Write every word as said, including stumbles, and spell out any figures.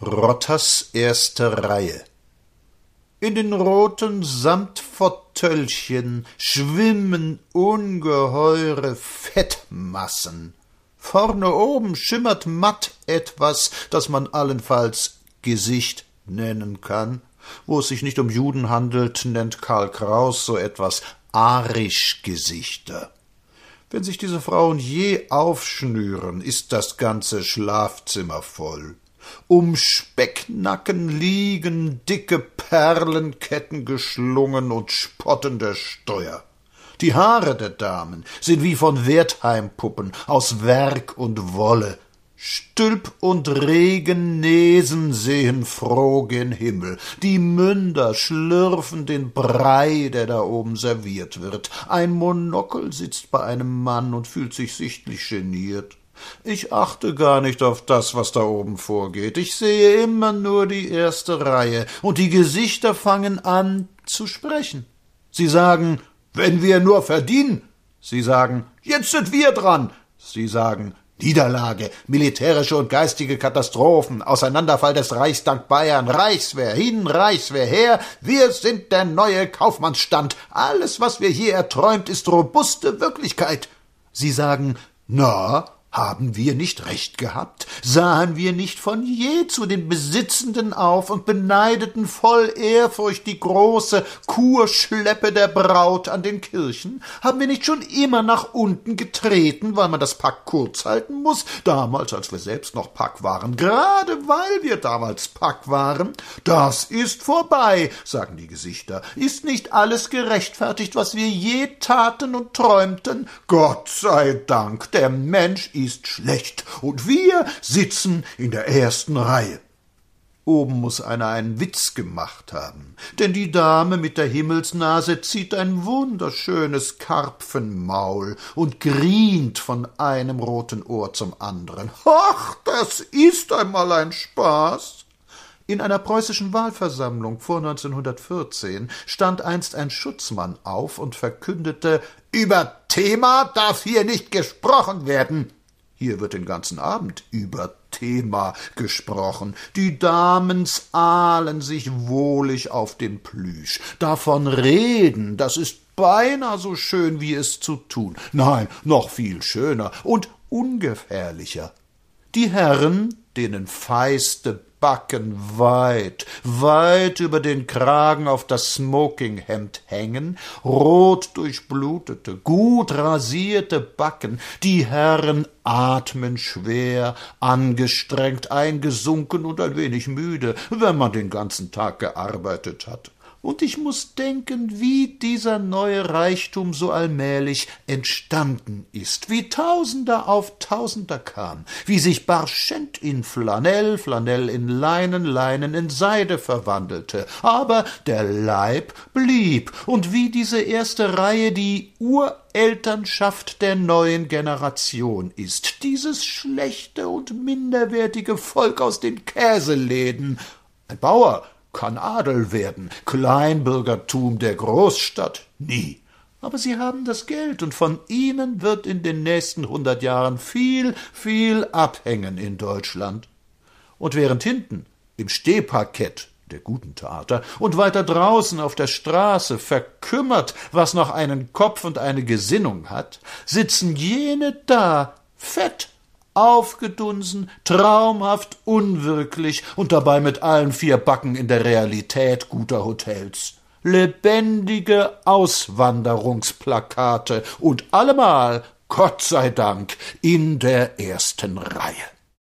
Rotters erste Reihe. In den roten Samtfauteuilchen schwimmen ungeheure Fettmassen. Vorne oben schimmert matt etwas, das man allenfalls Gesicht nennen kann. Wo es sich nicht um Juden handelt, nennt Karl Kraus so etwas Arischgesichter. Wenn sich diese Frauen je aufschnüren, ist das ganze Schlafzimmer voll. Um Specknacken liegen dicke Perlenketten geschlungen und spotten der Steuer. Die Haare der Damen sind wie von Wertheimpuppen aus Werg und Wolle. Stülp und Regennesen sehen froh gen Himmel. Die Münder schlürfen den Brei, der da oben serviert wird. Ein Monokel sitzt bei einem Mann und fühlt sich sichtlich geniert. Ich achte gar nicht auf das, was da oben vorgeht. Ich sehe immer nur die erste Reihe, und die Gesichter fangen an zu sprechen. Sie sagen, wenn wir nur verdienen. Sie sagen, jetzt sind wir dran. Sie sagen, Niederlage, militärische und geistige Katastrophen, Auseinanderfall des Reichs dank Bayern, Reichswehr hin, Reichswehr her, wir sind der neue Kaufmannsstand. Alles, was wir je erträumt, ist robuste Wirklichkeit. Sie sagen, na, haben wir nicht recht gehabt? Sahen wir nicht von je zu den Besitzenden auf und beneideten voll Ehrfurcht die große Kurschleppe der Braut an den Kirchen? Haben wir nicht schon immer nach unten getreten, weil man das Pack kurz halten muß, damals, als wir selbst noch Pack waren, gerade weil wir damals Pack waren? Das ist vorbei, sagen die Gesichter. Ist nicht alles gerechtfertigt, was wir je taten und träumten? Gott sei Dank, der Mensch ist ist schlecht, und wir sitzen in der ersten Reihe. Oben muß einer einen Witz gemacht haben, denn die Dame mit der Himmelsnase zieht ein wunderschönes Karpfenmaul und grient von einem roten Ohr zum anderen. Ach, das ist einmal ein Spaß! In einer preußischen Wahlversammlung vor neunzehnhundertvierzehn stand einst ein Schutzmann auf und verkündete, »Über Thema darf hier nicht gesprochen werden.« Hier wird den ganzen Abend über Thema gesprochen. Die Damens ahlen sich wohlig auf den Plüsch. Davon reden, das ist beinahe so schön, wie es zu tun. Nein, noch viel schöner und ungefährlicher. Die Herren, denen feiste Backen weit, weit über den Kragen auf das Smokinghemd hängen, rot durchblutete, gut rasierte Backen, die Herren atmen schwer, angestrengt, eingesunken und ein wenig müde, wenn man den ganzen Tag gearbeitet hat. Und ich muß denken, wie dieser neue Reichtum so allmählich entstanden ist, wie Tausender auf Tausender kam, wie sich Barschent in Flanell, Flanell in Leinen, Leinen in Seide verwandelte, aber der Leib blieb, und wie diese erste Reihe die Urelternschaft der neuen Generation ist, dieses schlechte und minderwertige Volk aus den Käseläden. Ein Bauer kann Adel werden, Kleinbürgertum der Großstadt nie. Aber sie haben das Geld, und von ihnen wird in den nächsten hundert Jahren viel, viel abhängen in Deutschland. Und während hinten, im Stehparkett der guten Theater und weiter draußen auf der Straße verkümmert, was noch einen Kopf und eine Gesinnung hat, sitzen jene da, fett, aufgedunsen, traumhaft unwirklich und dabei mit allen vier Backen in der Realität guter Hotels. Lebendige Auswanderungsplakate und allemal, Gott sei Dank, in der ersten Reihe.